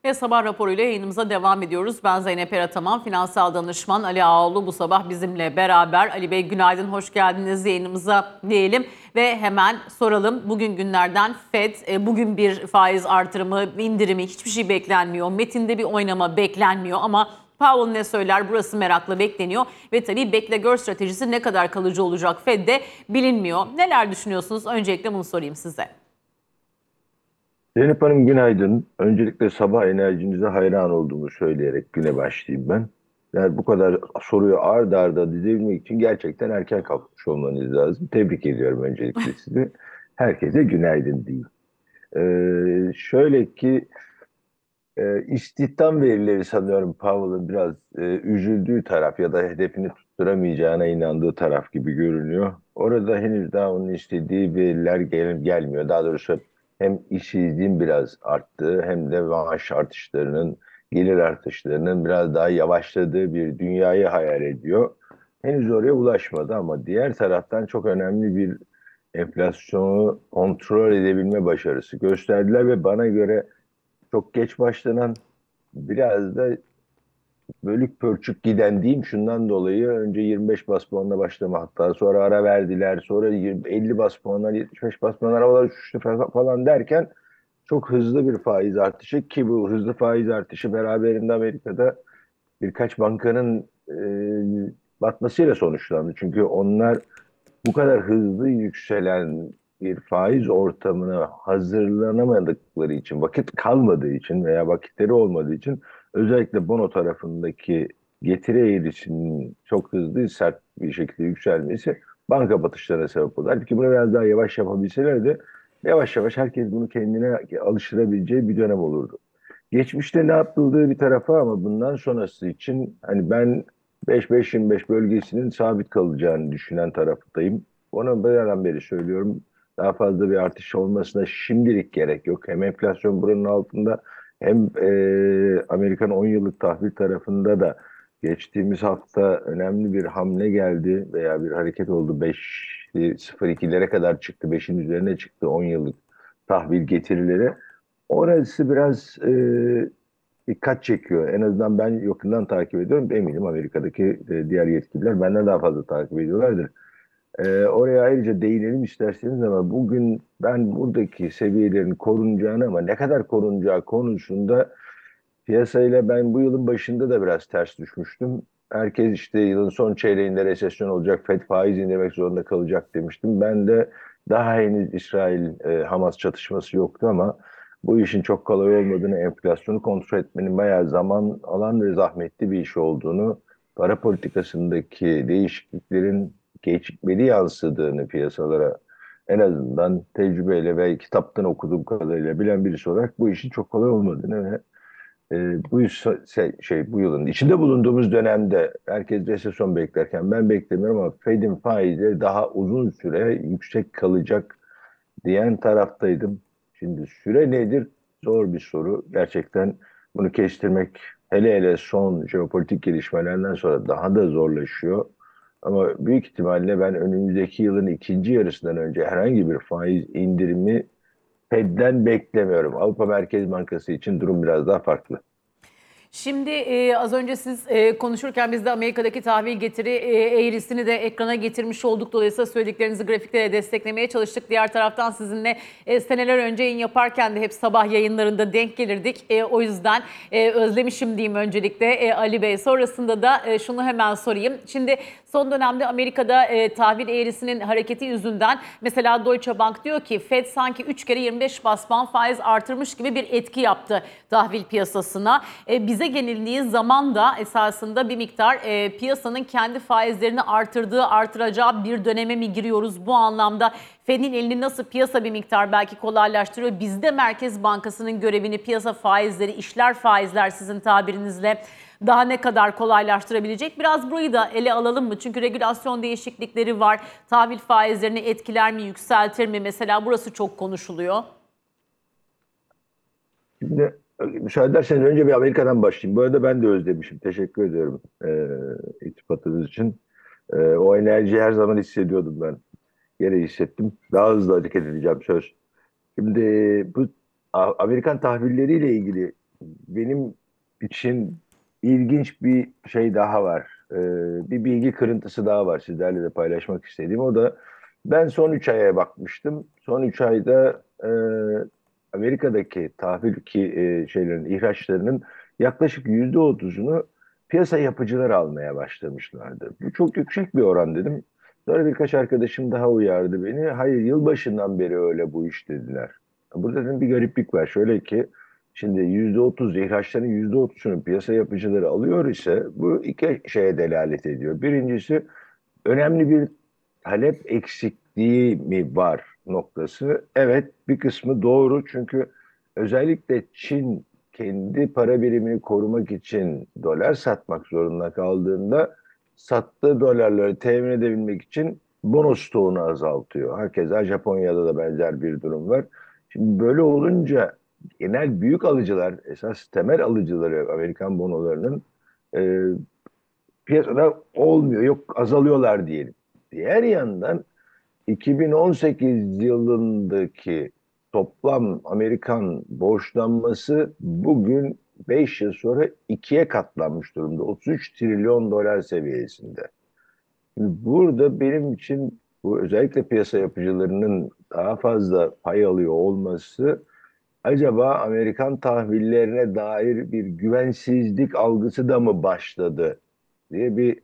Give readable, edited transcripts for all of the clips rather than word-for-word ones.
Ve sabah raporuyla yayınımıza devam ediyoruz. Ben Zeynep Erataman, finansal danışman Ali Ağaoğlu bu sabah bizimle beraber. Ali Bey günaydın, hoş geldiniz yayınımıza diyelim. Ve hemen soralım, bugün günlerden FED, bugün bir faiz artırımı, indirimi hiçbir şey beklenmiyor. Metinde bir oynama beklenmiyor ama Powell ne söyler burası merakla bekleniyor. Ve tabii bekle gör stratejisi ne kadar kalıcı olacak FED'de bilinmiyor. Neler düşünüyorsunuz? Öncelikle bunu sorayım size. Zeynep Hanım günaydın. Öncelikle sabah enerjinize hayran olduğumu söyleyerek güne başlayayım ben. Yani bu kadar soruyu ard arda dizebilmek için gerçekten erken kalkmış olmanız lazım. Tebrik ediyorum öncelikle sizi. Herkese günaydın diyeyim. Şöyle ki istihdam verileri sanıyorum Powell'ın biraz üzüldüğü taraf ya da hedefini tutturamayacağına inandığı taraf gibi görünüyor. Orada henüz daha onun istediği veriler gelmiyor. Daha doğrusu hem işsizliğin biraz arttığı hem de maaş artışlarının, gelir artışlarının biraz daha yavaşladığı bir dünyayı hayal ediyor. Henüz oraya ulaşmadı ama diğer taraftan çok önemli bir enflasyonu kontrol edebilme başarısı gösterdiler ve bana göre çok geç başlanan biraz da bölük pörçük giden diyeyim şundan dolayı önce 25 bas puanla başlama hatta sonra ara verdiler sonra 20, 50 bas puanlar 75 bas puanlar havalar uçuştu falan derken çok hızlı bir faiz artışı ki bu hızlı faiz artışı beraberinde Amerika'da birkaç bankanın batmasıyla sonuçlandı. Çünkü onlar bu kadar hızlı yükselen bir faiz ortamına hazırlanamadıkları için, vakit kalmadığı için veya vakitleri olmadığı için özellikle bono tarafındaki getiri eğrisinin çok hızlı, sert bir şekilde yükselmesi banka batışlarına sebep oldu. Halbuki bunu biraz daha yavaş yapabilselerdi yavaş yavaş herkes bunu kendine alıştırabileceği bir dönem olurdu. Geçmişte ne yapıldığı bir tarafa ama bundan sonrası için hani ben 5-5-25 bölgesinin sabit kalacağını düşünen taraftayım. Ona bir beri söylüyorum. Daha fazla bir artış olmasına şimdilik gerek yok. Hem enflasyon buranın altında hem Amerikan 10 yıllık tahvil tarafında da geçtiğimiz hafta önemli bir hamle geldi veya bir hareket oldu. 5,02'lere kadar çıktı. 5'in üzerine çıktı 10 yıllık tahvil getirileri. Orası biraz dikkat çekiyor. En azından ben yakından takip ediyorum. Eminim Amerika'daki diğer yetkililer benden daha fazla takip ediyorlardır. Oraya ayrıca değinelim isterseniz ama bugün ben buradaki seviyelerin korunacağını ama ne kadar korunacağı konusunda piyasayla ben bu yılın başında da biraz ters düşmüştüm. Herkes işte yılın son çeyreğinde resesyon olacak, FED faiz indirmek zorunda kalacak demiştim. Ben de daha henüz İsrail-Hamas çatışması yoktu ama bu işin çok kolay olmadığını, enflasyonu kontrol etmenin bayağı zaman alan ve zahmetli bir iş olduğunu, para politikasındaki değişikliklerin gecikmeli yansıdığını piyasalara en azından tecrübeyle ve kitaptan okuduğum kadarıyla bilen birisi olarak bu işin çok kolay olmadığını ve bu yılın içinde bulunduğumuz dönemde herkes resesyon beklerken ben beklemiyorum ama Fed'in faizleri daha uzun süre yüksek kalacak diyen taraftaydım. Şimdi süre nedir? Zor bir soru. Gerçekten bunu kestirmek hele hele son jeopolitik gelişmelerden sonra daha da zorlaşıyor. Ama büyük ihtimalle ben önümüzdeki yılın ikinci yarısından önce herhangi bir faiz indirimi Fed'den beklemiyorum. Avrupa Merkez Bankası için durum biraz daha farklı. Şimdi az önce siz konuşurken biz de Amerika'daki tahvil getiri eğrisini de ekrana getirmiş olduk. Dolayısıyla söylediklerinizi grafiklerle desteklemeye çalıştık. Diğer taraftan sizinle seneler önce yayın yaparken de hep sabah yayınlarında denk gelirdik. O yüzden özlemişim diyeyim öncelikle Ali Bey. Sonrasında da şunu hemen sorayım. Şimdi son dönemde Amerika'da tahvil eğrisinin hareketi yüzünden mesela Deutsche Bank diyor ki Fed sanki 3 kere 25 bas puan faiz artırmış gibi bir etki yaptı tahvil piyasasına. Bize gelindiği zaman da esasında bir miktar piyasanın kendi faizlerini artıracağı bir döneme mi giriyoruz? Bu anlamda Fed'in elini nasıl piyasa bir miktar belki kolaylaştırıyor? Bizde Merkez Bankası'nın görevini piyasa faizleri, işler faizler sizin tabirinizle daha ne kadar kolaylaştırabilecek? Biraz burayı da ele alalım mı? Çünkü regülasyon değişiklikleri var. Tahvil faizlerini etkiler mi, yükseltir mi? Mesela burası çok konuşuluyor. Şimdi müsaade ederseniz önce bir Amerika'dan başlayayım. Bu arada ben de özlemişim. Teşekkür ediyorum iltifatınız için. O enerjiyi her zaman hissediyordum ben. Yine hissettim. Daha hızlı hareket edeceğim söz. Şimdi bu Amerikan tahvilleriyle ilgili benim için ilginç bir şey daha var. Bir bilgi kırıntısı daha var sizlerle de paylaşmak istediğim. O da ben son 3 aya bakmıştım. Son 3 ayda Amerika'daki tahvil ki şeylerin ihraçlarının yaklaşık %30'unu piyasa yapıcıları almaya başlamışlardı. Bu çok yüksek bir oran dedim. Sonra birkaç arkadaşım daha uyardı beni. Hayır, yılbaşından beri öyle bu iş dediler. Burada dedim bir gariplik var. Şöyle ki şimdi %30 ihraçların %30'unu piyasa yapıcıları alıyor ise bu iki şeye delalet ediyor. Birincisi önemli bir talep eksikliği mi var noktası. Evet, bir kısmı doğru çünkü özellikle Çin kendi para birimini korumak için dolar satmak zorunda kaldığında sattığı dolarları temin edebilmek için bono stoğunu azaltıyor. Hakeza Japonya'da da benzer bir durum var. Şimdi böyle olunca genel büyük alıcılar, esas temel alıcıları Amerikan bonolarının e, piyasada olmuyor, yok azalıyorlar diyelim. Diğer yandan 2018 yılındaki toplam Amerikan borçlanması bugün 5 yıl sonra ikiye katlanmış durumda. 33 trilyon dolar seviyesinde. Şimdi burada benim için bu özellikle piyasa yapıcılarının daha fazla pay alıyor olması acaba Amerikan tahvillerine dair bir güvensizlik algısı da mı başladı diye bir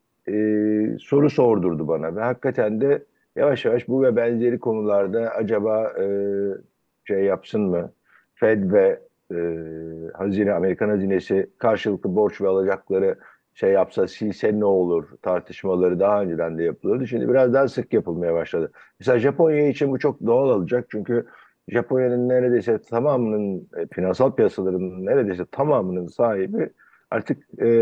soru sordurdu bana ve hakikaten de yavaş yavaş bu ve benzeri konularda acaba şey yapsın mı? Fed ve Amerikan hazinesi karşılıklı borç ve alacakları şey yapsa silse ne olur tartışmaları daha önceden de yapılıyordu. Şimdi biraz daha sık yapılmaya başladı. Mesela Japonya için bu çok doğal olacak çünkü Japonya'nın neredeyse tamamının finansal piyasalarının neredeyse tamamının sahibi artık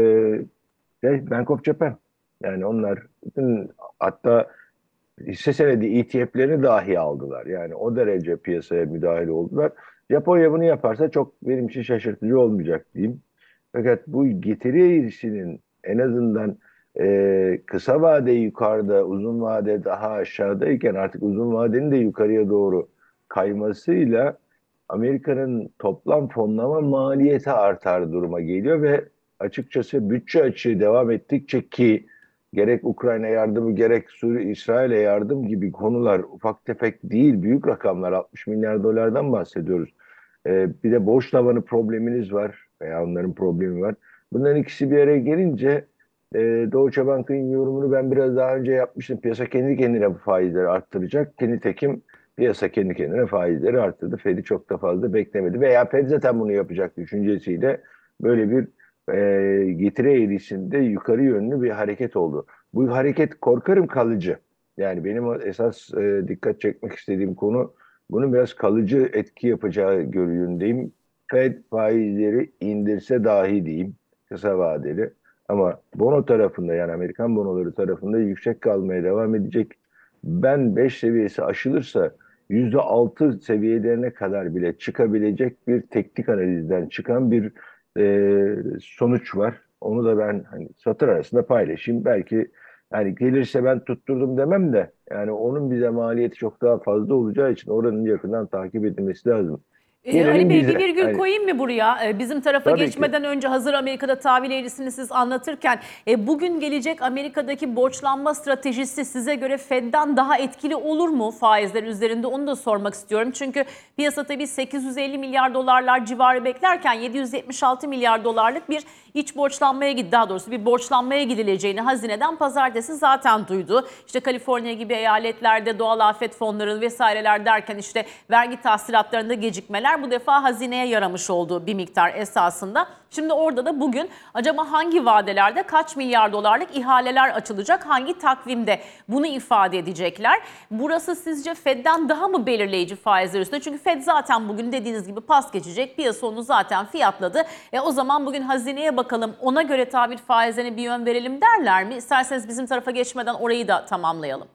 Bank of Japan. Yani onlar bütün hatta hisse senedi ETF'lerini dahi aldılar. Yani o derece piyasaya müdahil oldular. Japonya bunu yaparsa çok benim için şaşırtıcı olmayacak diyeyim. Fakat bu getiri eğrisinin en azından kısa vade yukarıda, uzun vade daha aşağıdayken artık uzun vadenin de yukarıya doğru kaymasıyla Amerika'nın toplam fonlama maliyeti artar duruma geliyor ve açıkçası bütçe açığı devam ettikçe ki gerek Ukrayna yardımı gerek Suriye, İsrail'e yardım gibi konular ufak tefek değil, büyük rakamlar 60 milyar dolardan bahsediyoruz. Bir de borç tavanı probleminiz var veya onların problemi var. Bunların ikisi bir araya gelince Deutsche Bank'ın yorumunu ben biraz daha önce yapmıştım. Piyasa kendi kendine bu faizleri arttıracak. Nitekim piyasa kendi kendine faizleri arttırdı. Fed'i çok da fazla beklemedi. Veya Fed zaten bunu yapacak düşüncesiyle böyle bir getiri eğrisinde yukarı yönlü bir hareket oldu. Bu hareket korkarım kalıcı. Yani benim esas dikkat çekmek istediğim konu bunun biraz kalıcı etki yapacağı görüyündeyim. Fed faizleri indirse dahi diyeyim kısa vadeli. Ama bono tarafında yani Amerikan bonoları tarafında yüksek kalmaya devam edecek. Ben 5 seviyesi aşılırsa %6 seviyelerine kadar bile çıkabilecek bir teknik analizden çıkan bir sonuç var. Onu da ben hani satır arasında paylaşayım. Belki yani gelirse ben tutturdum demem de yani onun bize maliyeti çok daha fazla olacağı için oranın yakından takip edilmesi lazım. Ali Gelelim Bey bir bize. virgül Hani koyayım mı buraya? Bizim tarafa tabii ki. geçmeden önce hazır Amerika'da tahvil eğrisini siz anlatırken bugün gelecek Amerika'daki borçlanma stratejisi size göre Fed'den daha etkili olur mu faizler üzerinde onu da sormak istiyorum. Çünkü piyasa tabii 850 milyar dolarlar civarı beklerken 776 milyar dolarlık bir iç borçlanmaya gitti. Daha doğrusu bir borçlanmaya gidileceğini hazineden pazartesi zaten duydu. İşte Kaliforniya gibi eyaletlerde doğal afet fonları vesaireler derken işte vergi tahsilatlarında gecikmeler bu defa hazineye yaramış olduğu bir miktar esasında. Şimdi orada da bugün acaba hangi vadelerde kaç milyar dolarlık ihaleler açılacak, hangi takvimde bunu ifade edecekler? Burası sizce Fed'den daha mı belirleyici faizler üstünde? Çünkü Fed zaten bugün dediğiniz gibi pas geçecek, piyasa onu zaten fiyatladı. O zaman bugün hazineye bakalım, ona göre tabir faizlerine bir yön verelim derler mi? İsterseniz bizim tarafa geçmeden orayı da tamamlayalım.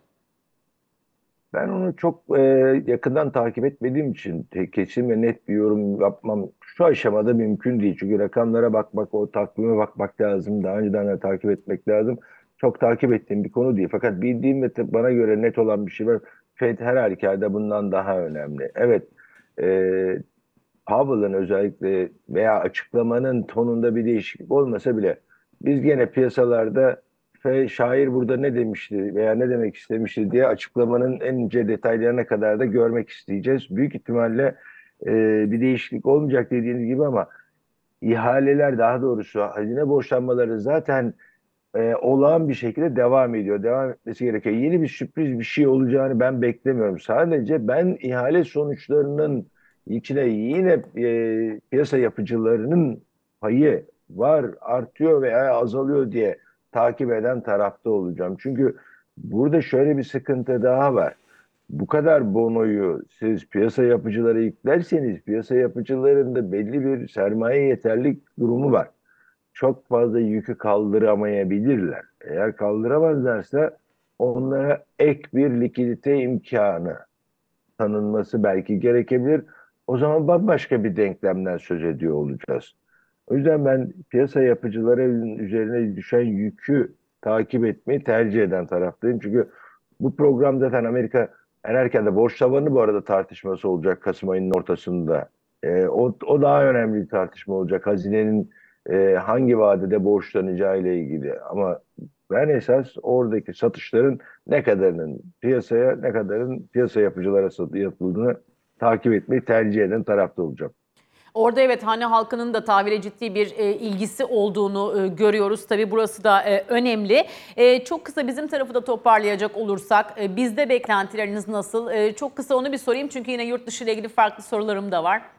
Ben onu çok yakından takip etmediğim için kesin ve net bir yorum yapmam şu aşamada mümkün değil. Çünkü rakamlara bakmak, o takvime bakmak lazım. Daha önceden de takip etmek lazım. Çok takip ettiğim bir konu değil. Fakat bildiğim ve bana göre net olan bir şey var. Fed her halükarda bundan daha önemli. Evet, e, Powell'ın özellikle veya açıklamanın tonunda bir değişiklik olmasa bile biz gene piyasalarda şair burada ne demişti veya ne demek istemişti diye açıklamanın en ince detaylarına kadar da görmek isteyeceğiz. Büyük ihtimalle bir değişiklik olmayacak dediğiniz gibi ama ihaleler, daha doğrusu hazine borçlanmaları zaten olağan bir şekilde devam ediyor. Devam etmesi gerekiyor. Yeni bir sürpriz bir şey olacağını ben beklemiyorum. Sadece ben ihale sonuçlarının içine yine piyasa yapıcılarının payı var, artıyor veya azalıyor diye takip eden tarafta olacağım. Çünkü burada şöyle bir sıkıntı daha var. Bu kadar bonoyu siz piyasa yapıcılara yüklerseniz piyasa yapıcıların da belli bir sermaye yeterlik durumu var. Çok fazla yükü kaldıramayabilirler. Eğer kaldıramazlarsa onlara ek bir likidite imkanı tanınması belki gerekebilir. O zaman bambaşka bir denklemden söz ediyor olacağız. O yüzden ben piyasa yapıcıları üzerine düşen yükü takip etmeyi tercih eden taraftayım. Çünkü bu program zaten Amerika en erken de borç tavanı bu arada tartışması olacak Kasım ayının ortasında. O daha önemli bir tartışma olacak. Hazinenin hangi vadede borçlanacağı ile ilgili. Ama ben esas oradaki satışların ne kadarının piyasaya, ne kadarın piyasa yapıcılara yapıldığını takip etmeyi tercih eden tarafta olacağım. Orada evet hane halkının da tahvile ciddi bir ilgisi olduğunu görüyoruz. Tabii burası da önemli. Çok kısa bizim tarafı da toparlayacak olursak bizde beklentileriniz nasıl? Çok kısa onu bir sorayım çünkü yine yurt dışı ile ilgili farklı sorularım da var.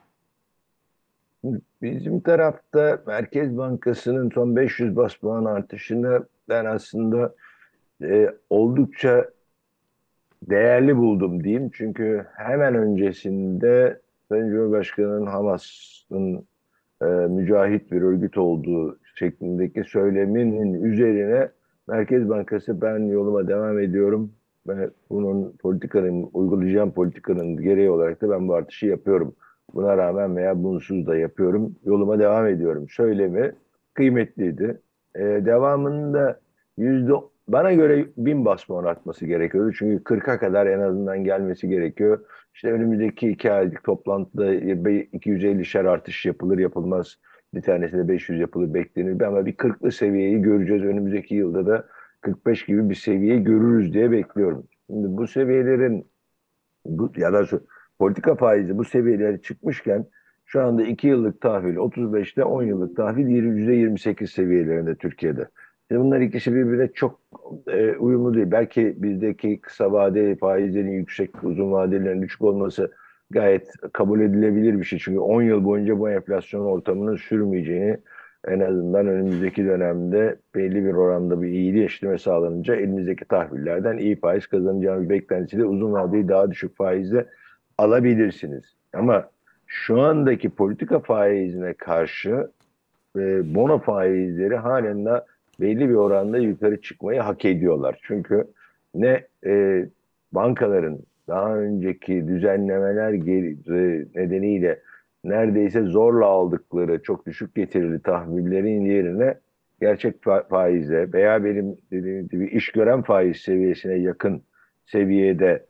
Bizim tarafta Merkez Bankası'nın son 500 bas puan artışını ben aslında oldukça değerli buldum diyeyim. Çünkü hemen öncesinde Sayın Cumhurbaşkanı'nın Hamas'ın mücahit bir örgüt olduğu şeklindeki söyleminin üzerine Merkez Bankası ben yoluma devam ediyorum ve bunun politikanın, uygulayacağım politikanın gereği olarak da ben bu artışı yapıyorum. Buna rağmen veya bunsuz da yapıyorum. Yoluma devam ediyorum. Söylemi kıymetliydi. Devamında yüzde bana göre 1000 bas puan artması gerekiyordu. Çünkü 40'a kadar en azından gelmesi gerekiyor. İşte önümüzdeki 2 aylık toplantıda 250'şer artış yapılır yapılmaz. Bir tanesinde 500 yapılır beklenir. Ama bir 40'lı seviyeyi göreceğiz. Önümüzdeki yılda da 45 gibi bir seviye görürüz diye bekliyorum. Şimdi bu seviyelerin ya da politika faizi bu seviyelere çıkmışken şu anda 2 yıllık tahvil 35'te 10 yıllık tahvil %28 seviyelerinde Türkiye'de. Şimdi bunlar ikisi birbirine çok uyumlu değil. Belki bizdeki kısa vadeli faizlerin yüksek, uzun vadelerin düşük olması gayet kabul edilebilir bir şey. Çünkü 10 yıl boyunca bu enflasyon ortamının sürmeyeceğini en azından önümüzdeki dönemde belli bir oranda bir iyileştirme sağlanınca elimizdeki tahvillerden iyi faiz kazanacağımız beklentisiyle uzun vadeli daha düşük faizle alabilirsiniz. Ama şu andaki politika faizine karşı bono faizleri halen de belli bir oranda yukarı çıkmayı hak ediyorlar. Çünkü ne bankaların daha önceki düzenlemeler nedeniyle neredeyse zorla aldıkları çok düşük getirili tahvillerin yerine gerçek faize veya benim dediğim gibi iş gören faiz seviyesine yakın seviyede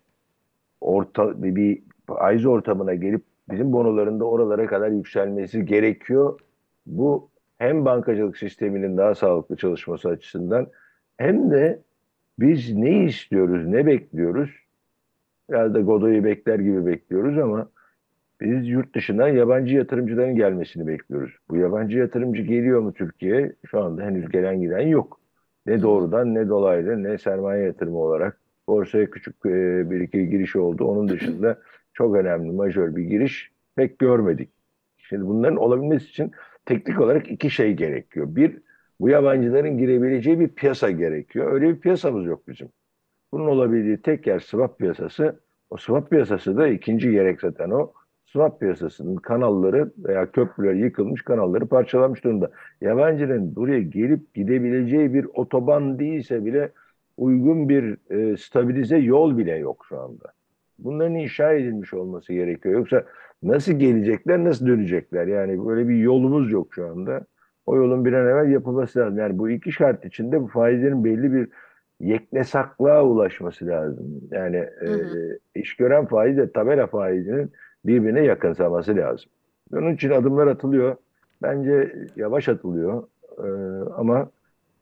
bir faiz ortamına gelip bizim bonoların da oralara kadar yükselmesi gerekiyor. Bu hem bankacılık sisteminin daha sağlıklı çalışması açısından hem de biz ne istiyoruz, ne bekliyoruz? Biraz da Godoy'u bekler gibi bekliyoruz ama biz yurt dışından yabancı yatırımcıların gelmesini bekliyoruz. Bu yabancı yatırımcı geliyor mu Türkiye'ye? Şu anda henüz gelen giden yok. Ne doğrudan ne dolaylı ne sermaye yatırımı olarak. Borsaya küçük bir iki giriş oldu. Onun dışında çok önemli, majör bir giriş pek görmedik. Şimdi bunların olabilmesi için teknik olarak iki şey gerekiyor. Bir, bu yabancıların girebileceği bir piyasa gerekiyor. Öyle bir piyasamız yok bizim. Bunun olabildiği tek yer swap piyasası. O swap piyasası da ikinci gerek zaten o. Swap piyasasının kanalları veya köprüleri yıkılmış, kanalları parçalanmış durumda. Yabancının buraya gelip gidebileceği bir otoban değilse bile uygun bir stabilize yol bile yok şu anda. Bunların inşa edilmiş olması gerekiyor. Yoksa nasıl gelecekler, nasıl dönecekler? Yani böyle bir yolumuz yok şu anda. O yolun bir an evvel yapılması lazım. Yani bu iki şart içinde bu faizlerin belli bir yeknesaklığa ulaşması lazım. Yani Hı hı. iş gören faizle tabela faizinin birbirine yakınsaması lazım. Onun için adımlar atılıyor. Bence yavaş atılıyor. Ee, ama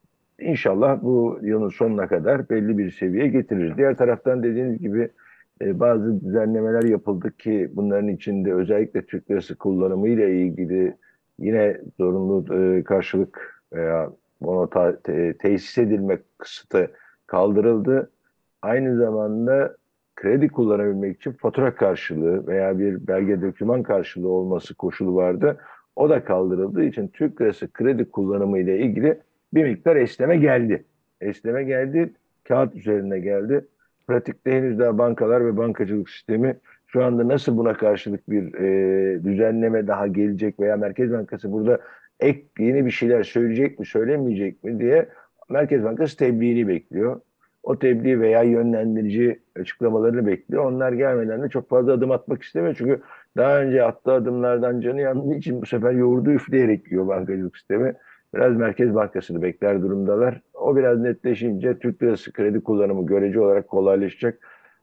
İnşallah bu yılın sonuna kadar belli bir seviyeye getiririz. Diğer taraftan dediğiniz gibi bazı düzenlemeler yapıldı ki bunların içinde özellikle Türk lirası kullanımı ile ilgili yine zorunlu karşılık veya ona tesis edilme kısıtı kaldırıldı. Aynı zamanda kredi kullanabilmek için fatura karşılığı veya bir belge doküman karşılığı olması koşulu vardı. O da kaldırıldığı için Türk lirası kredi kullanımı ile ilgili bir miktar esneme geldi. Esneme geldi, kağıt üzerine geldi. Pratikte henüz daha bankalar ve bankacılık sistemi şu anda nasıl buna karşılık bir düzenleme daha gelecek veya Merkez Bankası burada ek yeni bir şeyler söyleyecek mi, söylemeyecek mi diye Merkez Bankası tebliğini bekliyor. O tebliğ veya yönlendirici açıklamalarını bekliyor. Onlar gelmeden de çok fazla adım atmak istemiyor. Çünkü daha önce attığı adımlardan canı yandığı için bu sefer yoğurdu üfleyerek yiyor bankacılık sistemi. Biraz Merkez Bankası'nı bekler durumdalar. O biraz netleşince Türk lirası kredi kullanımı görece olarak kolaylaşacak.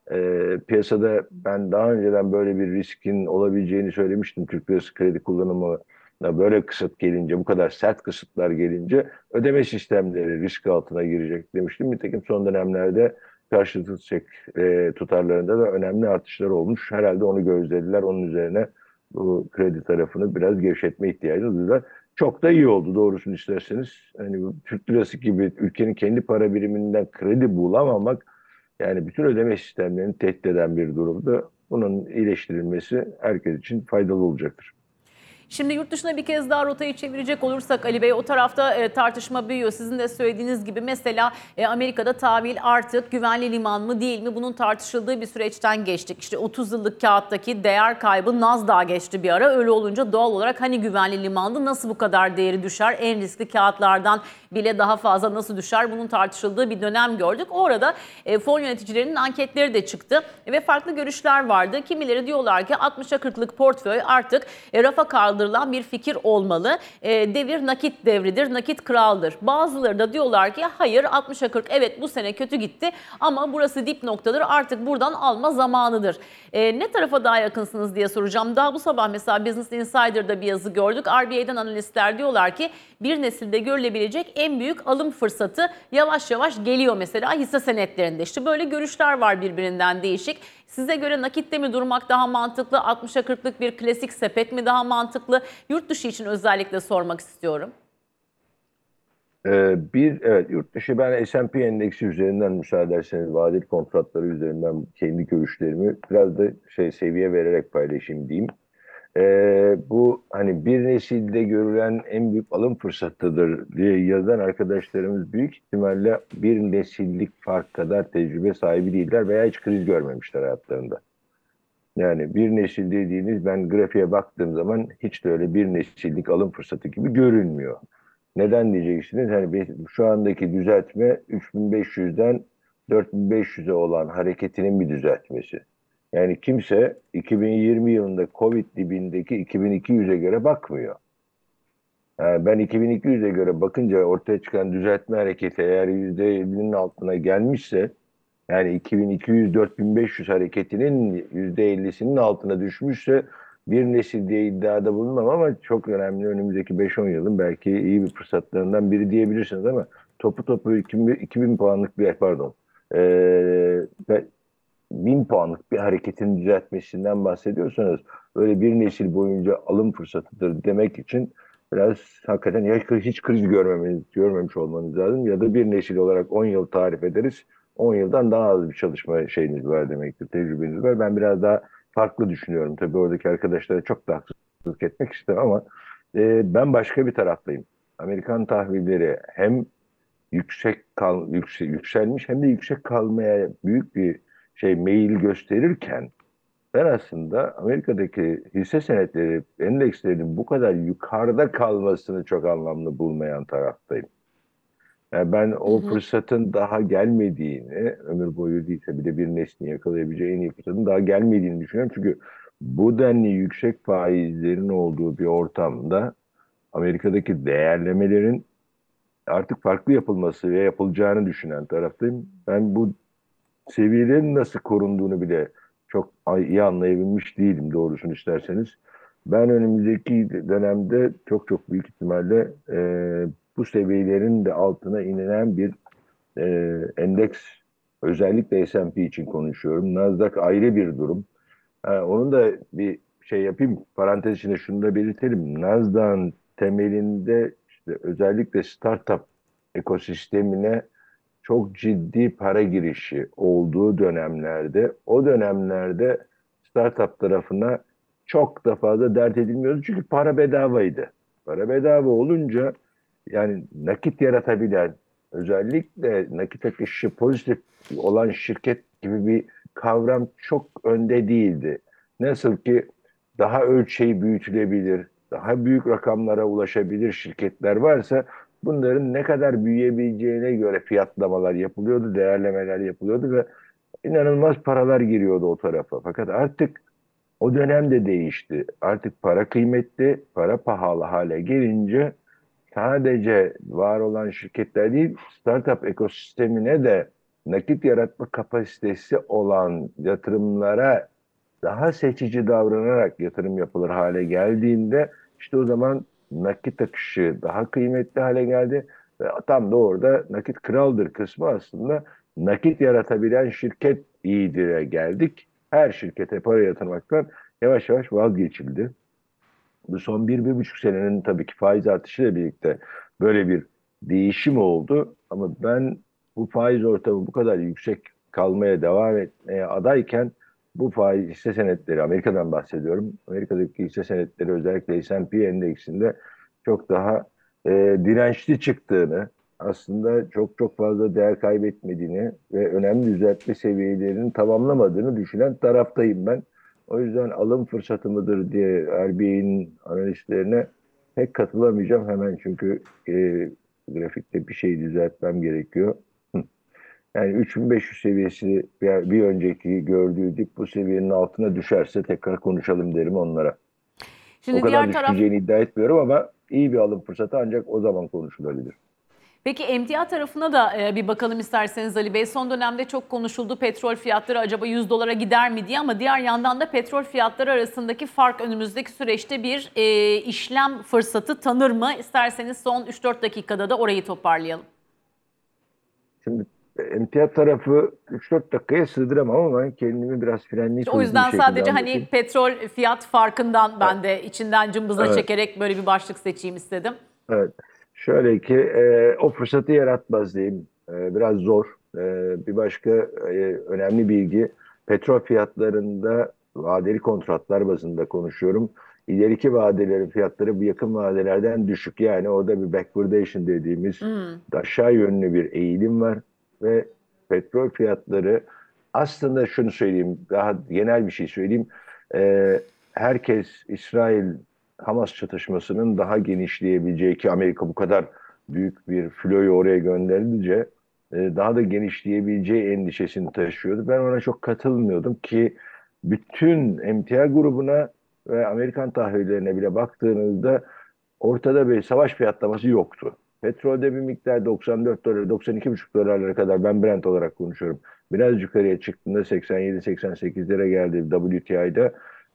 Piyasada ben daha önceden böyle bir riskin olabileceğini söylemiştim. Türk lirası kredi kullanımına böyle kısıt gelince, bu kadar sert kısıtlar gelince ödeme sistemleri risk altına girecek demiştim. Nitekim son dönemlerde karşılıklı çek tutarlarında da önemli artışlar olmuş. Herhalde onu gözlediler. Onun üzerine bu kredi tarafını biraz gevşetme ihtiyacı duydular. Çok da iyi oldu doğrusunu isterseniz. Hani bu Türk lirası gibi ülkenin kendi para biriminden kredi bulamamak yani bütün ödeme sistemlerini tehdit eden bir durumda. Bunun iyileştirilmesi herkes için faydalı olacaktır. Şimdi yurt dışına bir kez daha rotayı çevirecek olursak Ali Bey, o tarafta tartışma büyüyor. Sizin de söylediğiniz gibi mesela Amerika'da tahvil artık güvenli liman mı değil mi, bunun tartışıldığı bir süreçten geçtik. İşte 30 yıllık kağıttaki değer kaybı Nasdaq'a geçti bir ara. Öyle olunca doğal olarak hani güvenli limandı, nasıl bu kadar değeri düşer? En riskli kağıtlardan bile daha fazla nasıl düşer? Bunun tartışıldığı bir dönem gördük. Orada fon yöneticilerinin anketleri de çıktı ve farklı görüşler vardı. Kimileri diyorlar ki 60'a 40'lık portföy artık rafa kaldırılan bir fikir olmalı. Devir nakit devridir, nakit kraldır. Bazıları da diyorlar ki hayır, 60'a 40 evet bu sene kötü gitti ama burası dip noktadır, artık buradan alma zamanıdır. Ne tarafa daha yakınsınız diye soracağım. Daha bu sabah mesela Business Insider'da bir yazı gördük. RBA'den analistler diyorlar ki bir nesilde görülebilecek en büyük alım fırsatı yavaş yavaş geliyor mesela hisse senetlerinde. İşte böyle görüşler var birbirinden değişik. Size göre nakitte mi durmak daha mantıklı? 60'a 40'lık bir klasik sepet mi daha mantıklı? Yurt dışı için özellikle sormak istiyorum. Evet, yurt dışı ben S&P endeksi üzerinden müsaade ederseniz vadeli kontratları üzerinden kendi görüşlerimi biraz da seviye vererek paylaşayım diyeyim. Bu hani bir nesilde görülen en büyük alım fırsatıdır diye yazan arkadaşlarımız büyük ihtimalle bir nesillik fark kadar tecrübe sahibi değiller veya hiç kriz görmemişler hayatlarında. Yani bir nesil dediğiniz ben grafiğe baktığım zaman hiç de öyle bir nesillik alım fırsatı gibi görünmüyor. Neden diyeceksiniz? Hani şu andaki düzeltme 3500'den 4500'e olan hareketinin bir düzeltmesi. Yani kimse 2020 yılında Covid dibindeki 2200'e göre bakmıyor. Yani ben 2200'e göre bakınca ortaya çıkan düzeltme hareketi eğer %50'nin altına gelmişse yani 2200-4500 hareketinin %50'sinin altına düşmüşse bir nesil diye iddiada bulunmam ama çok önemli önümüzdeki 5-10 yılın belki iyi bir fırsatlarından biri diyebilirsiniz ama topu 2000 puanlık bir pardon ve 1000 puanlık bir hareketin düzeltmesinden bahsediyorsanız öyle bir nesil boyunca alım fırsatıdır demek için biraz hakikaten ya hiç kriz görmemiş olmanız lazım ya da bir nesil olarak 10 yıl tarif ederiz. 10 yıldan daha az bir çalışma şeyiniz var demektir, tecrübeniz var. Ben biraz daha farklı düşünüyorum. Tabii oradaki arkadaşlara çok da haksızlık etmek istemem ama ben başka bir taraftayım. Amerikan tahvilleri hem yükselmiş hem de yüksek kalmaya büyük bir meyil gösterirken ben aslında Amerika'daki hisse senetleri endekslerinin bu kadar yukarıda kalmasını çok anlamlı bulmayan taraftayım. Yani ben Hı o hı. fırsatın daha gelmediğini, ömür boyu değilse bir de bir nesni yakalayabileceği en iyi fırsatın daha gelmediğini düşünüyorum. Çünkü bu denli yüksek faizlerin olduğu bir ortamda Amerika'daki değerlemelerin artık farklı yapılması ve yapılacağını düşünen taraftayım. Ben bu seviyelerin nasıl korunduğunu bile çok iyi anlayabilmiş değilim doğrusunu isterseniz. Ben önümüzdeki dönemde çok çok büyük ihtimalle bu seviyelerin de altına inilen bir endeks, özellikle S&P için konuşuyorum. Nasdaq ayrı bir durum. Onun da bir şey yapayım. Parantez içinde şunu da belirtelim. Nasdaq'ın temelinde işte özellikle startup ekosistemine çok ciddi para girişi olduğu dönemlerde, o dönemlerde startup tarafına çok da fazla dert edilmiyordu. Çünkü para bedavaydı. Para bedava olunca yani nakit yaratabilen, özellikle nakit akışı pozitif olan şirket gibi bir kavram çok önde değildi. Nasıl ki daha ölçeği büyütülebilir, daha büyük rakamlara ulaşabilir şirketler varsa bunların ne kadar büyüyebileceğine göre fiyatlamalar yapılıyordu, değerlemeler yapılıyordu ve inanılmaz paralar giriyordu o tarafa. Fakat artık o dönem de değişti. Artık para kıymetli, para pahalı hale gelince sadece var olan şirketler değil, startup ekosistemine de nakit yaratma kapasitesi olan yatırımlara daha seçici davranarak yatırım yapılır hale geldiğinde işte o zaman nakit akışı daha kıymetli hale geldi ve tam da orada nakit kraldır kısmı aslında nakit yaratabilen şirket iyidir'e geldik. Her şirkete para yatırmaktan yavaş yavaş vazgeçildi. Bu son 1-1,5 senenin tabii ki faiz artışıyla birlikte böyle bir değişim oldu. Ama ben bu faiz ortamı bu kadar yüksek kalmaya devam etmeye adayken bu faiz hisse senetleri, Amerika'dan bahsediyorum. Amerika'daki hisse senetleri özellikle S&P endeksinde çok daha dirençli çıktığını, aslında çok çok fazla değer kaybetmediğini ve önemli düzeltme seviyelerini tamamlamadığını düşünen taraftayım ben. O yüzden alım fırsatı mıdır diye RBA'nin analistlerine pek katılamayacağım hemen çünkü grafikte bir şey düzeltmem gerekiyor. Yani 3500 seviyesi bir önceki gördüğü dip bu seviyenin altına düşerse tekrar konuşalım derim onlara. O Şimdi kadar diğer taraf düşeceğini iddia etmiyorum ama iyi bir alım fırsatı ancak o zaman konuşulabilir. Peki emtia tarafına da bir bakalım isterseniz Ali Bey. Son dönemde çok konuşuldu petrol fiyatları acaba 100 dolara gider mi diye ama diğer yandan da petrol fiyatları arasındaki fark önümüzdeki süreçte bir işlem fırsatı tanır mı? İsterseniz son 3-4 dakikada da orayı toparlayalım. Şimdi emtia tarafı 3-4 dakikaya sığdıramam ama ben kendimi biraz frenleyip İşte o hızlı bir yüzden şekilde sadece hani anlatayım. petrol fiyat farkından Evet. ben de içinden cımbızla Evet. çekerek böyle bir başlık seçeyim istedim. Evet. Şöyle ki o fırsatı yaratmaz diyeyim. Biraz zor. Bir başka önemli bilgi petrol fiyatlarında vadeli kontratlar bazında konuşuyorum. İleriki vadelerin fiyatları bu yakın vadelerden düşük. Yani orada bir backwardation dediğimiz Hmm. aşağı yönlü bir eğilim var ve petrol fiyatları aslında şunu söyleyeyim daha genel bir şey söyleyeyim. Herkes İsrail Hamas çatışmasının daha genişleyebileceği ki Amerika bu kadar büyük bir filoyu oraya gönderince daha da genişleyebileceği endişesini taşıyordu. Ben ona çok katılmıyordum ki bütün emtia grubuna ve Amerikan tahvillerine bile baktığınızda ortada bir savaş fiyatlaması yoktu. Petrolde bir miktar 94 dolar, 92,5 dolarlara kadar ben Brent olarak konuşuyorum. Biraz yukarıya çıktığında 87-88'lere geldi WTI'da.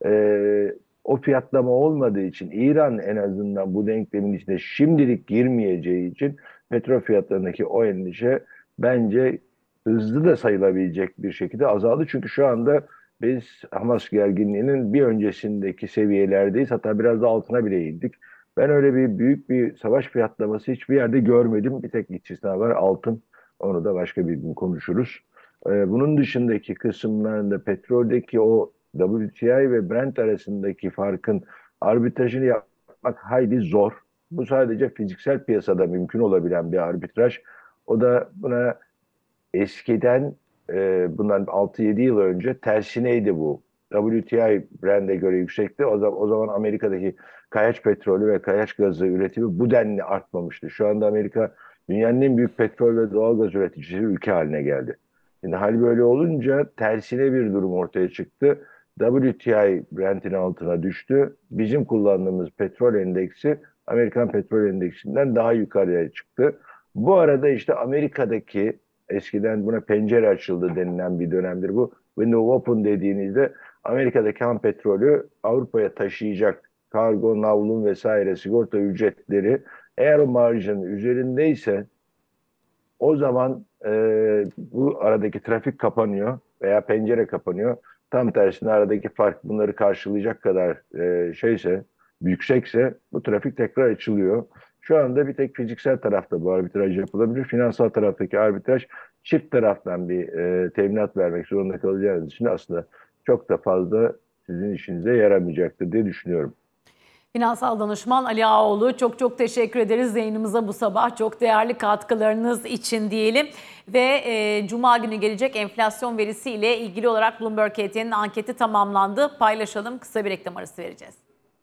O fiyatlama olmadığı için İran en azından bu denklemin içine şimdilik girmeyeceği için petrol fiyatlarındaki o endişe bence hızlı da sayılabilecek bir şekilde azaldı. Çünkü şu anda biz Hamas gerginliğinin bir öncesindeki seviyelerdeyiz. Hatta biraz da altına bile indik. Ben öyle bir büyük bir savaş fiyatlaması hiçbir yerde görmedim. Bir tek istisna var altın. Onu da başka bir gün konuşuruz. Bunun dışındaki kısımlarında petroldeki o WTI ve Brent arasındaki farkın arbitrajını yapmak hayli zor. Bu sadece fiziksel piyasada mümkün olabilen bir arbitraj. O da buna eskiden bundan 6-7 yıl önce tersineydi bu. WTI Brent'e göre yüksekti. O zaman Amerika'daki kayaç petrolü ve kayaç gazı üretimi bu denli artmamıştı. Şu anda Amerika dünyanın en büyük petrol ve doğalgaz üreticisi ülke haline geldi. Şimdi hal böyle olunca tersine bir durum ortaya çıktı. WTI Brent'in altına düştü. Bizim kullandığımız petrol endeksi Amerikan petrol endeksinden daha yukarıya çıktı. Bu arada işte Amerika'daki eskiden buna pencere açıldı denilen bir dönemdir bu. Window open dediğinizde Amerika'daki ham petrolü Avrupa'ya taşıyacak kargo, navlun vesaire sigorta ücretleri eğer o marjın üzerindeyse o zaman bu aradaki trafik kapanıyor veya pencere kapanıyor. Tam tersine aradaki fark bunları karşılayacak kadar şeyse, yüksekse bu trafik tekrar açılıyor. Şu anda bir tek fiziksel tarafta bu arbitraj yapılabilir. Finansal taraftaki arbitraj çift taraftan bir teminat vermek zorunda kalacağınız için aslında çok da fazla sizin işinize yaramayacaktır diye düşünüyorum. Finansal danışman Ali Ağaoğlu, çok çok teşekkür ederiz yayınımıza bu sabah. Çok değerli katkılarınız için diyelim. Ve Cuma günü gelecek enflasyon verisiyle ilgili olarak Bloomberg KT'nin anketi tamamlandı. Paylaşalım, kısa bir reklam arası vereceğiz.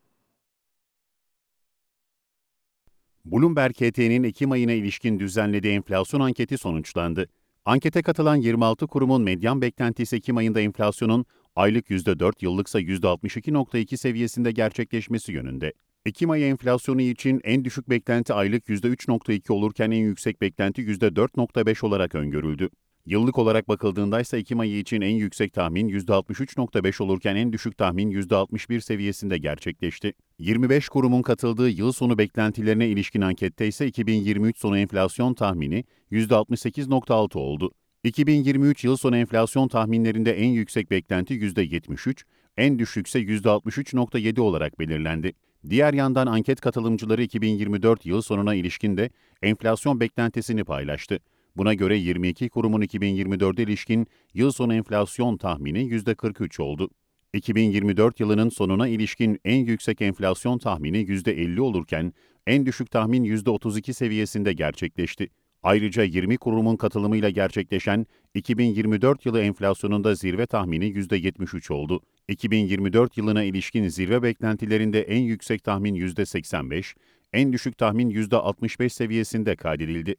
Bloomberg KT'nin Ekim ayına ilişkin düzenlediği enflasyon anketi sonuçlandı. Ankete katılan 26 kurumun medyan beklentisi Ekim ayında enflasyonun aylık %4, yıllıksa %62,2 seviyesinde gerçekleşmesi yönünde. Ekim ayı enflasyonu için en düşük beklenti aylık %3,2 olurken en yüksek beklenti %4,5 olarak öngörüldü. Yıllık olarak bakıldığında ise Ekim ayı için en yüksek tahmin %63,5 olurken en düşük tahmin %61 seviyesinde gerçekleşti. 25 kurumun katıldığı yıl sonu beklentilerine ilişkin ankette ise 2023 sonu enflasyon tahmini %68,6 oldu. 2023 yıl sonu enflasyon tahminlerinde en yüksek beklenti %73, en düşükse %63,7 olarak belirlendi. Diğer yandan anket katılımcıları 2024 yıl sonuna ilişkin de enflasyon beklentisini paylaştı. Buna göre 22 kurumun 2024'e ilişkin yıl sonu enflasyon tahmini %43 oldu. 2024 yılının sonuna ilişkin en yüksek enflasyon tahmini %50 olurken en düşük tahmin %32 seviyesinde gerçekleşti. Ayrıca 20 kurumun katılımıyla gerçekleşen 2024 yılı enflasyonunda zirve tahmini %73 oldu. 2024 yılına ilişkin zirve beklentilerinde en yüksek tahmin %85, en düşük tahmin %65 seviyesinde kaydedildi.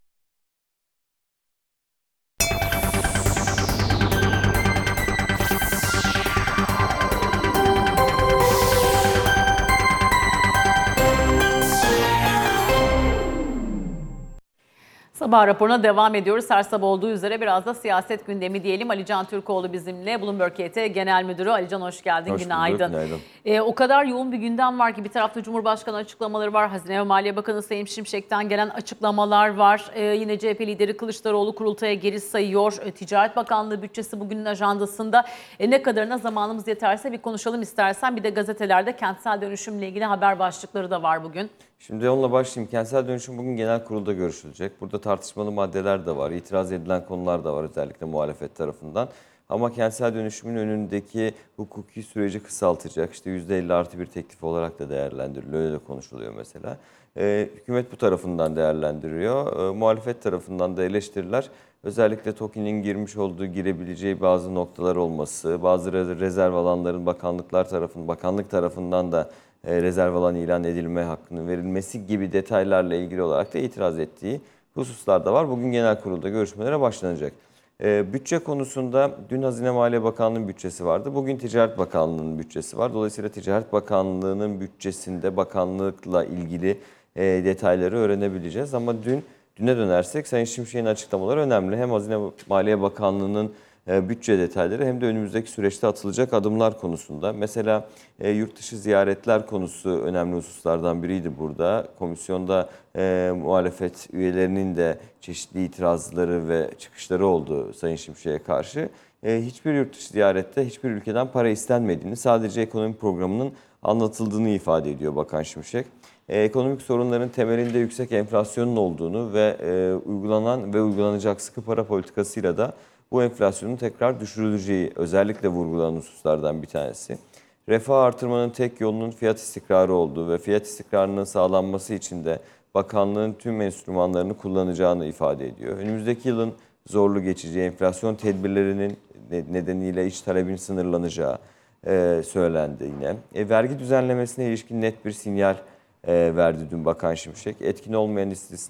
Sabah raporuna devam ediyoruz. Her sabah olduğu üzere biraz da siyaset gündemi diyelim. Ali Can Türkoğlu bizimle. Bloomberg KT Genel Müdürü. Ali Can hoş geldin. Hoş Günaydın. bulduk, günaydın. O kadar yoğun bir gündem var ki bir tarafta Cumhurbaşkanı açıklamaları var. Hazine ve Maliye Bakanı Sayın Şimşek'ten gelen açıklamalar var. Yine CHP lideri Kılıçdaroğlu kurultaya geri sayıyor. Ticaret Bakanlığı bütçesi bugünün ajandasında. Ne kadarına zamanımız yeterse bir konuşalım istersen. Bir de gazetelerde kentsel dönüşümle ilgili haber başlıkları da var bugün. Şimdi onunla başlayayım. Kentsel dönüşüm bugün genel kurulda görüşülecek. Burada tartışmalı maddeler de var, itiraz edilen konular da var özellikle muhalefet tarafından. Ama kentsel dönüşümün önündeki hukuki süreci kısaltacak, işte %50 artı bir teklif olarak da değerlendiriliyor, öyle de konuşuluyor mesela. Hükümet bu tarafından değerlendiriyor. Muhalefet tarafından da eleştiriler, özellikle TOKİ'nin girmiş olduğu, girebileceği bazı noktalar olması, bazı rezerv alanların bakanlık tarafından da rezerv alan ilan edilme hakkının verilmesi gibi detaylarla ilgili olarak da itiraz ettiği hususlar da var. Bugün genel kurulda görüşmelere başlanacak. Bütçe konusunda dün Hazine Maliye Bakanlığı'nın bütçesi vardı. Bugün Ticaret Bakanlığı'nın bütçesi var. Dolayısıyla Ticaret Bakanlığı'nın bütçesinde bakanlıkla ilgili detayları öğrenebileceğiz. Ama düne dönersek Sayın Şimşek'in açıklamaları önemli. Hem Hazine Maliye Bakanlığı'nın bütçe detayları hem de önümüzdeki süreçte atılacak adımlar konusunda. Mesela yurt dışı ziyaretler konusu önemli hususlardan biriydi burada. Komisyonda muhalefet üyelerinin de çeşitli itirazları ve çıkışları oldu Sayın Şimşek'e karşı. Hiçbir yurt dışı ziyarette hiçbir ülkeden para istenmediğini, sadece ekonomi programının anlatıldığını ifade ediyor Bakan Şimşek. Ekonomik sorunların temelinde yüksek enflasyonun olduğunu ve uygulanan ve uygulanacak sıkı para politikasıyla da bu enflasyonun tekrar düşürüleceği özellikle vurgulanan hususlardan bir tanesi. Refah artırmanın tek yolunun fiyat istikrarı olduğu ve fiyat istikrarının sağlanması için de bakanlığın tüm enstrümanlarını kullanacağını ifade ediyor. Önümüzdeki yılın zorlu geçeceği, enflasyon tedbirlerinin nedeniyle iç talebin sınırlanacağı söylendi yine. Vergi düzenlemesine ilişkin net bir sinyal verdi dün Bakan Şimşek. Etkin olmayan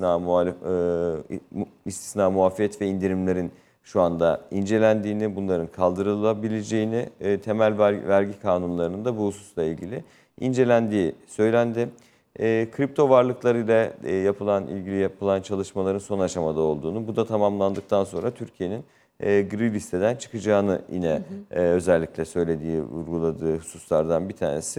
istisna muafiyet ve indirimlerin şu anda incelendiğini, bunların kaldırılabileceğini, temel vergi kanunlarının da bu hususla ilgili incelendiği söylendi. Kripto varlıklar ile ilgili yapılan çalışmaların son aşamada olduğunu, bu da tamamlandıktan sonra Türkiye'nin gri listeden çıkacağını yine özellikle söylediği, vurguladığı hususlardan bir tanesi.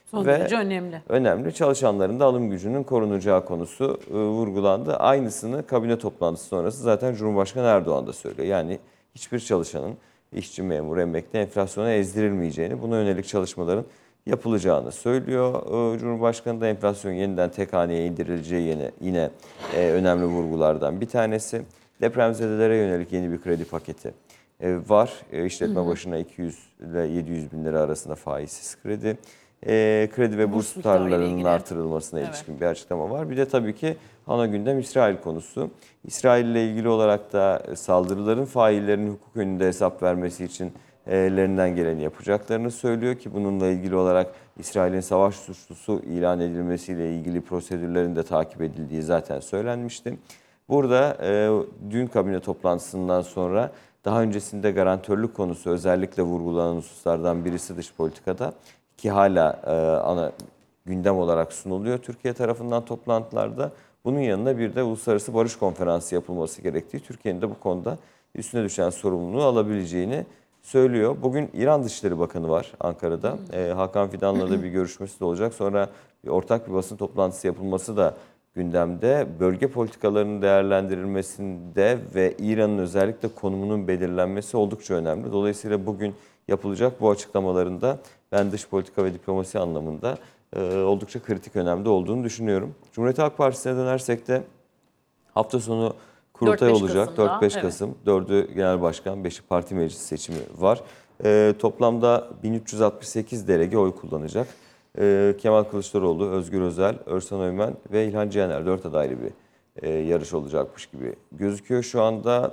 Son derece önemli. Önemli. Çalışanların da alım gücünün korunacağı konusu vurgulandı. Aynısını kabine toplantısı sonrası zaten Cumhurbaşkanı Erdoğan da söylüyor. Yani hiçbir çalışanın, işçi, memur, emekli enflasyona ezdirilmeyeceğini, buna yönelik çalışmaların yapılacağını söylüyor. Cumhurbaşkanı da enflasyon yeniden tek haneye indirileceği yine önemli vurgulardan bir tanesi. Depremzedelere yönelik yeni bir kredi paketi var. İşletme başına 200 ile 700 bin lira arasında faizsiz kredi. Kredi ve burs tutarlarının artırılmasına ilişkin bir açıklama var. Bir de tabii ki ana gündem İsrail konusu. İsrail ile ilgili olarak da saldırıların faillerinin hukuk önünde hesap vermesi için ellerinden geleni yapacaklarını söylüyor ki bununla ilgili olarak İsrail'in savaş suçlusu ilan edilmesiyle ilgili prosedürlerin de takip edildiği zaten söylenmişti. Burada dün kabine toplantısından sonra daha öncesinde garantörlük konusu özellikle vurgulanan hususlardan birisi dış politikada ki hala ana gündem olarak sunuluyor Türkiye tarafından toplantılarda. Bunun yanında bir de Uluslararası Barış Konferansı yapılması gerektiği, Türkiye'nin de bu konuda üstüne düşen sorumluluğu alabileceğini söylüyor. Bugün İran Dışişleri Bakanı var Ankara'da. Hakan Fidan'la da bir görüşmesi de olacak. Sonra ortak bir basın toplantısı yapılması da gündemde. Bölge politikalarının değerlendirilmesinde ve İran'ın özellikle konumunun belirlenmesi oldukça önemli. Dolayısıyla bugün yapılacak bu açıklamalarında ben dış politika ve diplomasi anlamında oldukça kritik önemde olduğunu düşünüyorum. Cumhuriyet Halk Partisi'ne dönersek de hafta sonu kurultay olacak. 4-5 Kasım. 4'ü genel başkan, 5'i parti meclisi seçimi var. Toplamda 1368 delege oy kullanacak. Kemal Kılıçdaroğlu, Özgür Özel, Örsan Öymen ve İlhan Cihaner 4 adaylı bir yarış olacakmış gibi gözüküyor. Şu anda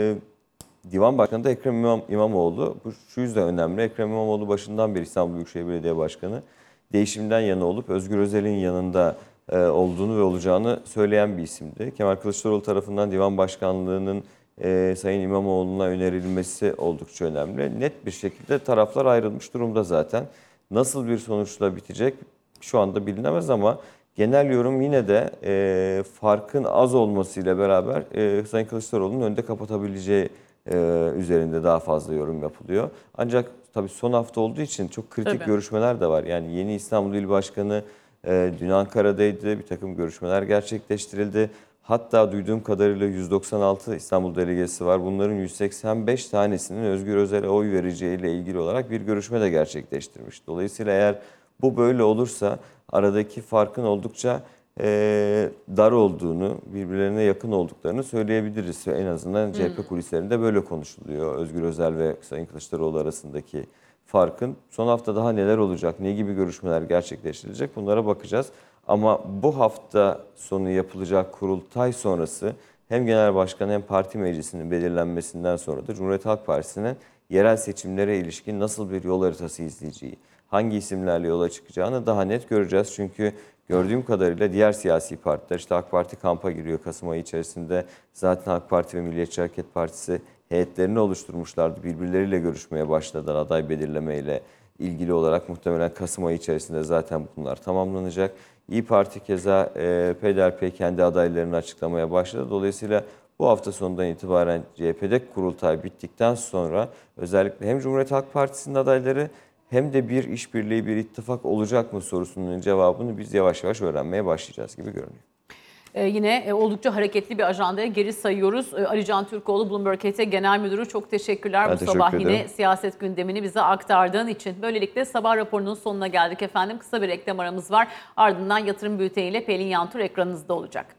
Divan Başkanı da Ekrem İmamoğlu. Bu şu yüzden önemli. Ekrem İmamoğlu başından beri İstanbul Büyükşehir Belediye Başkanı değişimden yana olup Özgür Özel'in yanında olduğunu ve olacağını söyleyen bir isimdi. Kemal Kılıçdaroğlu tarafından Divan Başkanlığı'nın Sayın İmamoğlu'na önerilmesi oldukça önemli. Net bir şekilde taraflar ayrılmış durumda zaten. Nasıl bir sonuçla bitecek şu anda bilinemez ama genel yorum yine de farkın az olmasıyla beraber Sayın Kılıçdaroğlu'nun önde kapatabileceği üzerinde daha fazla yorum yapılıyor. Ancak tabii son hafta olduğu için çok kritik görüşmeler de var. Yani yeni İstanbul İl Başkanı dün Ankara'daydı. Bir takım görüşmeler gerçekleştirildi. Hatta duyduğum kadarıyla 196 İstanbul delegesi var. Bunların 185 tanesinin Özgür Özel'e oy vereceğiyle ilgili olarak bir görüşme de gerçekleştirmiş. Dolayısıyla eğer bu böyle olursa aradaki farkın oldukça dar olduğunu, birbirlerine yakın olduklarını söyleyebiliriz. En azından CHP kulislerinde böyle konuşuluyor. Özgür Özel ve Sayın Kılıçdaroğlu arasındaki farkın. Son hafta daha neler olacak, ne gibi görüşmeler gerçekleştirilecek bunlara bakacağız. Ama bu hafta sonu yapılacak kurultay sonrası hem genel başkan hem parti meclisinin belirlenmesinden sonra da Cumhuriyet Halk Partisi'nin yerel seçimlere ilişkin nasıl bir yol haritası izleyeceği, hangi isimlerle yola çıkacağını daha net göreceğiz. Çünkü gördüğüm kadarıyla diğer siyasi partiler, işte AK Parti kampa giriyor Kasım ayı içerisinde. Zaten AK Parti ve Milliyetçi Hareket Partisi heyetlerini oluşturmuşlardı. Birbirleriyle görüşmeye başladılar aday belirlemeyle ilgili olarak. Muhtemelen Kasım ayı içerisinde zaten bunlar tamamlanacak. İYİ Parti keza peyderpey kendi adaylarını açıklamaya başladı. Dolayısıyla bu hafta sonundan itibaren CHP'de kurultay bittikten sonra özellikle hem Cumhuriyet Halk Partisi'nin adayları hem de bir işbirliği, bir ittifak olacak mı sorusunun cevabını biz yavaş yavaş öğrenmeye başlayacağız gibi görünüyor. Yine oldukça hareketli bir ajandaya geri sayıyoruz. Ali Can Türkoğlu, Bloomberg HT Genel Müdürü, çok teşekkürler. Bu sabah yine siyaset gündemini bize aktardığın için. Böylelikle sabah raporunun sonuna geldik efendim. Kısa bir reklam aramız var. Ardından yatırım bülteniyle Pelin Yantur ekranınızda olacak.